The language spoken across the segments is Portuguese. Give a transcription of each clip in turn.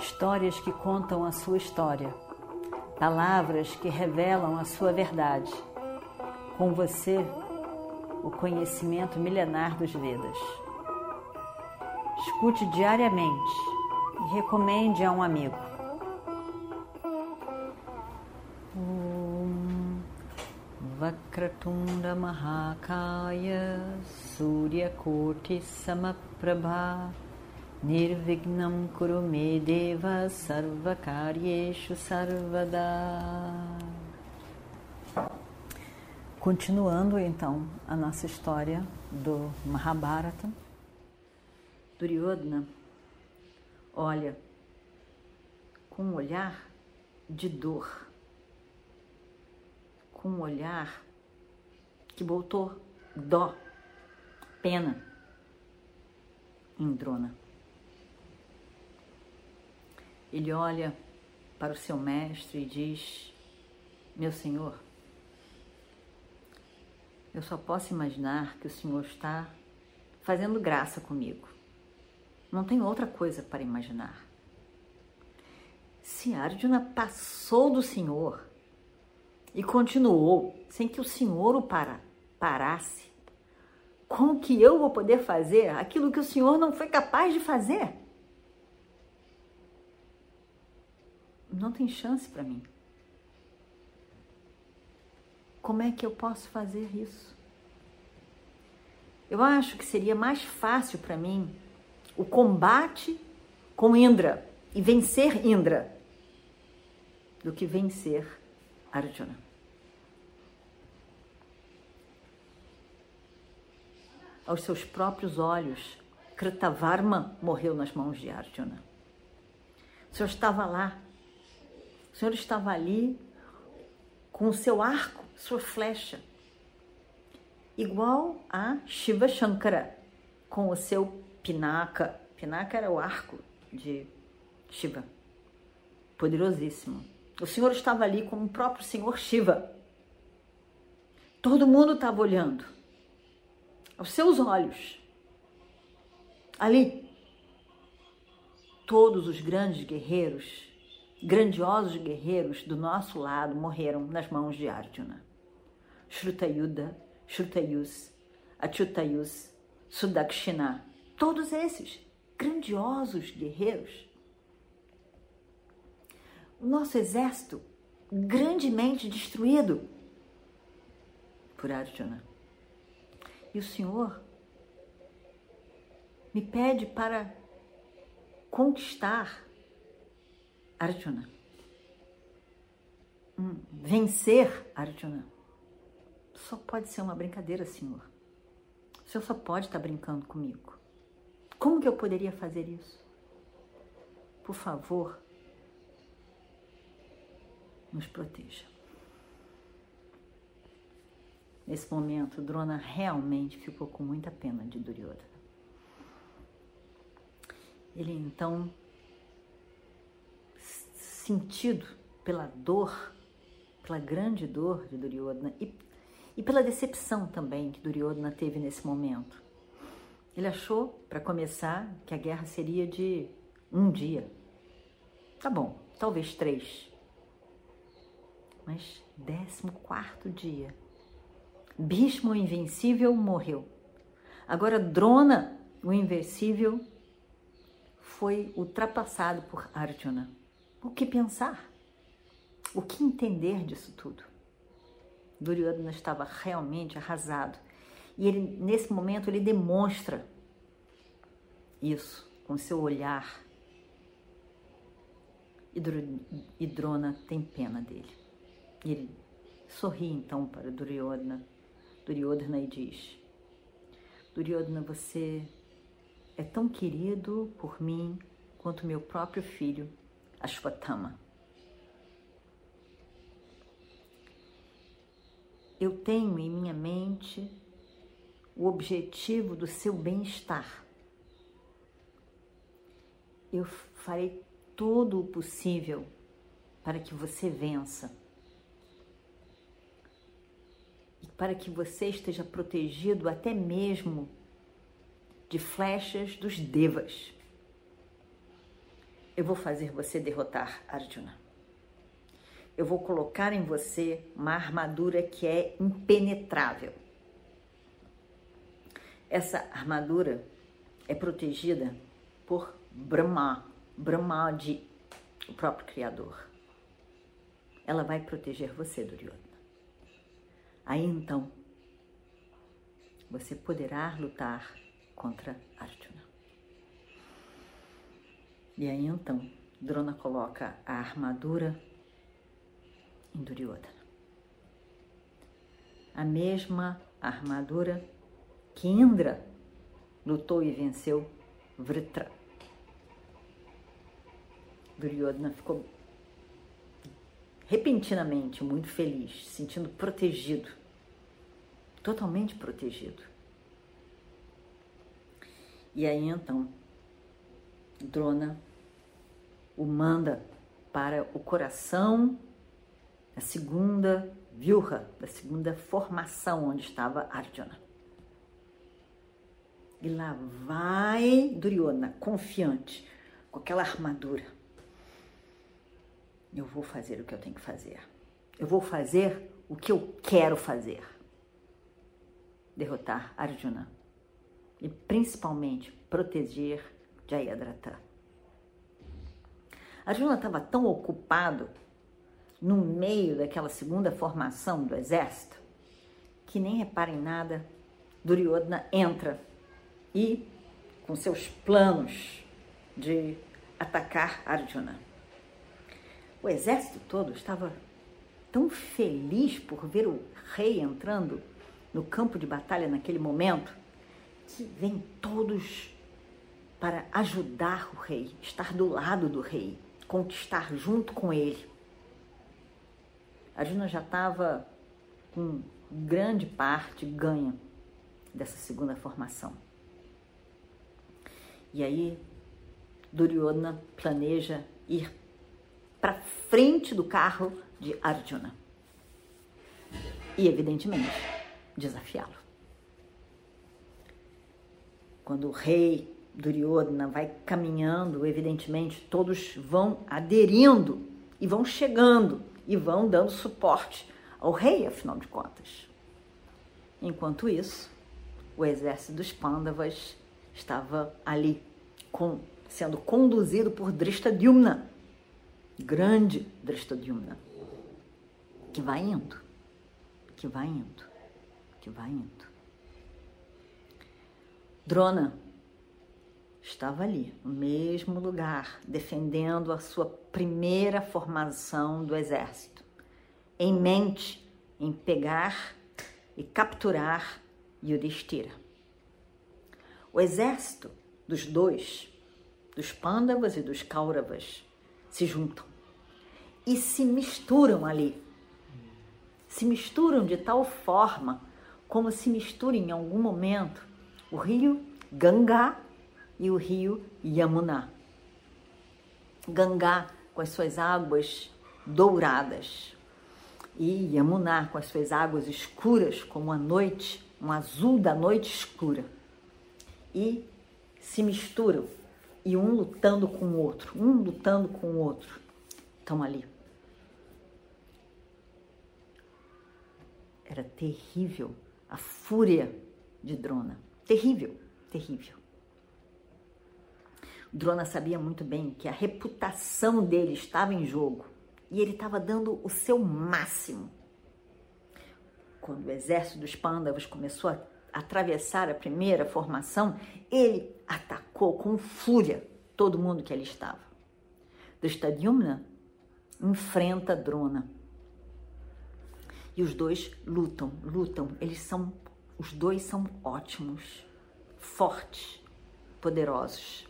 Histórias que contam a sua história, palavras que revelam a sua verdade. Com você, o conhecimento milenar dos Vedas. Escute diariamente e recomende a um amigo. Om Vakratunda Mahakaya Suryakoti Samaprabha Nirvignam Kurume Deva Sarvakaryeshu Sarvada. Continuando então a nossa história do Mahabharata, Duryodhana olha com um olhar de dor, com um olhar que botou dó, pena em Drona. Ele olha para o seu mestre e diz: meu senhor, eu só posso imaginar que o senhor está fazendo graça comigo. Não tem outra coisa para imaginar. Se Arjuna passou do senhor e continuou sem que o senhor o parasse, como que eu vou poder fazer aquilo que o senhor não foi capaz de fazer? Não tem chance para mim. Como é que eu posso fazer isso? Eu acho que seria mais fácil para mim o combate com Indra e vencer Indra do que vencer Arjuna. Aos seus próprios olhos, Kritavarma morreu nas mãos de Arjuna. O senhor estava lá, o senhor estava ali com o seu arco, sua flecha, igual a Shiva Shankara, com o seu Pinaka. Pinaka era o arco de Shiva, poderosíssimo. O senhor estava ali com o próprio senhor Shiva. Todo mundo estava olhando, aos seus olhos. Ali, todos os grandes guerreiros, grandiosos guerreiros do nosso lado morreram nas mãos de Arjuna. Shrutayuda, Shrutayus, Achyutayus, Sudakshina, todos esses grandiosos guerreiros. O nosso exército grandemente destruído por Arjuna. E o Senhor me pede para conquistar Arjuna, vencer Arjuna. Só pode ser uma brincadeira, Senhor. O Senhor só pode estar brincando comigo. Como que eu poderia fazer isso? Por favor, nos proteja. Nesse momento, Drona realmente ficou com muita pena de Duryodhana. Ele então, sentido pela dor, pela grande dor de Duryodhana e pela decepção também que Duryodhana teve nesse momento. Ele achou, para começar, que a guerra seria de um dia. Tá bom, talvez 3. Mas 14º dia, Bhishma, o invencível, morreu. Agora Drona, o invencível, foi ultrapassado por Arjuna. O que pensar? O que entender disso tudo? Duryodhana estava realmente arrasado. E ele, nesse momento, ele demonstra isso com seu olhar. E Drona tem pena dele. E ele sorri então para Duryodhana e diz: Duryodhana, você é tão querido por mim quanto meu próprio filho, Ashwatthama. Eu tenho em minha mente o objetivo do seu bem-estar. Eu farei todo o possível para que você vença. E para que você esteja protegido até mesmo de flechas dos devas. eu vou fazer você derrotar Arjuna. Eu vou colocar em você uma armadura que é impenetrável. Essa armadura é protegida por Brahma, o próprio Criador. Ela vai proteger você, Duryodhana. Aí então, você poderá lutar contra Arjuna. E aí então, Drona coloca a armadura em Duryodhana. A mesma armadura que Indra lutou e venceu Vritra. Duryodhana ficou repentinamente muito feliz, se sentindo protegido, totalmente protegido. E aí então, Drona o manda para o coração da segunda vyuha, da segunda formação onde estava Arjuna. E lá vai Duryodhana, confiante, com aquela armadura. Eu vou fazer o que eu tenho que fazer. Eu vou fazer o que eu quero fazer. Derrotar Arjuna. E principalmente proteger Jayadratha. Arjuna estava tão ocupado no meio daquela segunda formação do exército que nem repara em nada. Duryodhana entra e com seus planos de atacar Arjuna. O exército todo estava tão feliz por ver o rei entrando no campo de batalha naquele momento que vêm todos para ajudar o rei, estar do lado do rei, conquistar junto com ele. Arjuna já estava com grande parte ganha dessa segunda formação. E aí Duryodhana planeja ir para frente do carro de Arjuna e, evidentemente, desafiá-lo. Quando o rei Duryodhana vai caminhando, evidentemente, todos vão aderindo e vão chegando e vão dando suporte ao rei, afinal de contas. Enquanto isso, o exército dos Pandavas estava ali, sendo conduzido por Drishtadyumna, grande Drishtadyumna, que vai indo. Drona estava ali, no mesmo lugar, defendendo a sua primeira formação do exército, em mente em pegar e capturar Yudhishthira. O exército dos dois, dos Pandavas e dos Kauravas, se juntam e se misturam ali. Se misturam de tal forma como se mistura em algum momento o rio Ganga e o rio Yamuna. Ganga com as suas águas douradas e Yamuna com as suas águas escuras como a noite, um azul da noite escura. E se misturam, e um lutando com o outro, estão ali. Era terrível a fúria de Drona, terrível. Drona sabia muito bem que a reputação dele estava em jogo e ele estava dando o seu máximo. Quando o exército dos Pandavas começou a atravessar a primeira formação, ele atacou com fúria todo mundo que ali estava. Drishtadyumna enfrenta Drona e os dois lutam. Os dois são ótimos, fortes, poderosos.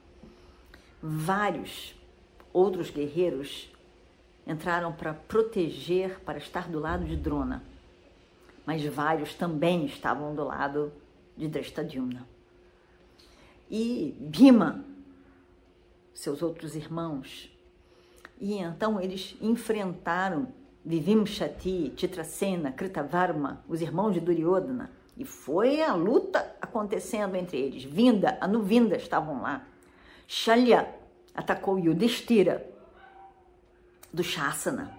Vários outros guerreiros entraram para proteger, para estar do lado de Drona, mas vários também estavam do lado de Drishtadyumna. E Bhima, seus outros irmãos, e então eles enfrentaram Vivimshati, Chitrasena, Kritavarma, os irmãos de Duryodhana, e foi a luta acontecendo entre eles. Vinda, Anuvinda estavam lá. Shalya, atacou Yudhishthira do Shasana.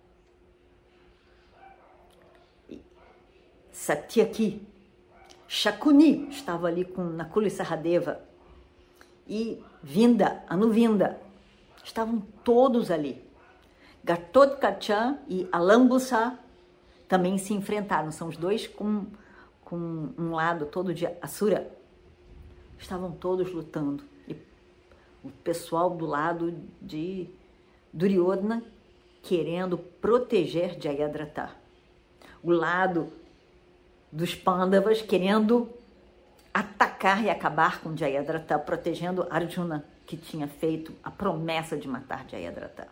Satyaki, Shakuni estava ali com Nakula e Sahadeva e Vinda, Anuvinda, estavam todos ali. Ghatotkacha e Alambusa também se enfrentaram, são os dois com um lado todo de Asura. Estavam todos lutando. E o pessoal do lado de Duryodhana querendo proteger Jayadratha. O lado dos Pandavas querendo atacar e acabar com Jayadratha, protegendo Arjuna, que tinha feito a promessa de matar Jayadratha.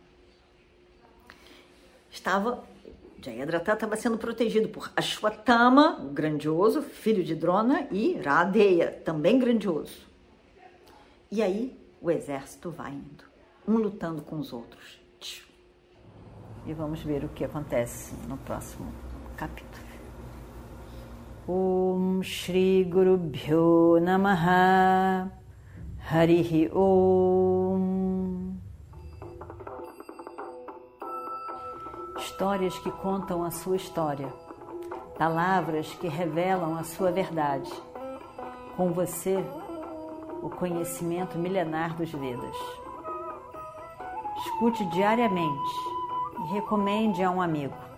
Jayadratha estava sendo protegido por Ashwatthama, o grandioso, filho de Drona, e Radeya, também grandioso. E aí o exército vai indo, um lutando com os outros. E vamos ver o que acontece no próximo capítulo. Om Shri Guru Bhyo Namaha Harihi Om. Histórias que contam a sua história, palavras que revelam a sua verdade. Com você, o conhecimento milenar dos Vedas. Escute diariamente e recomende a um amigo.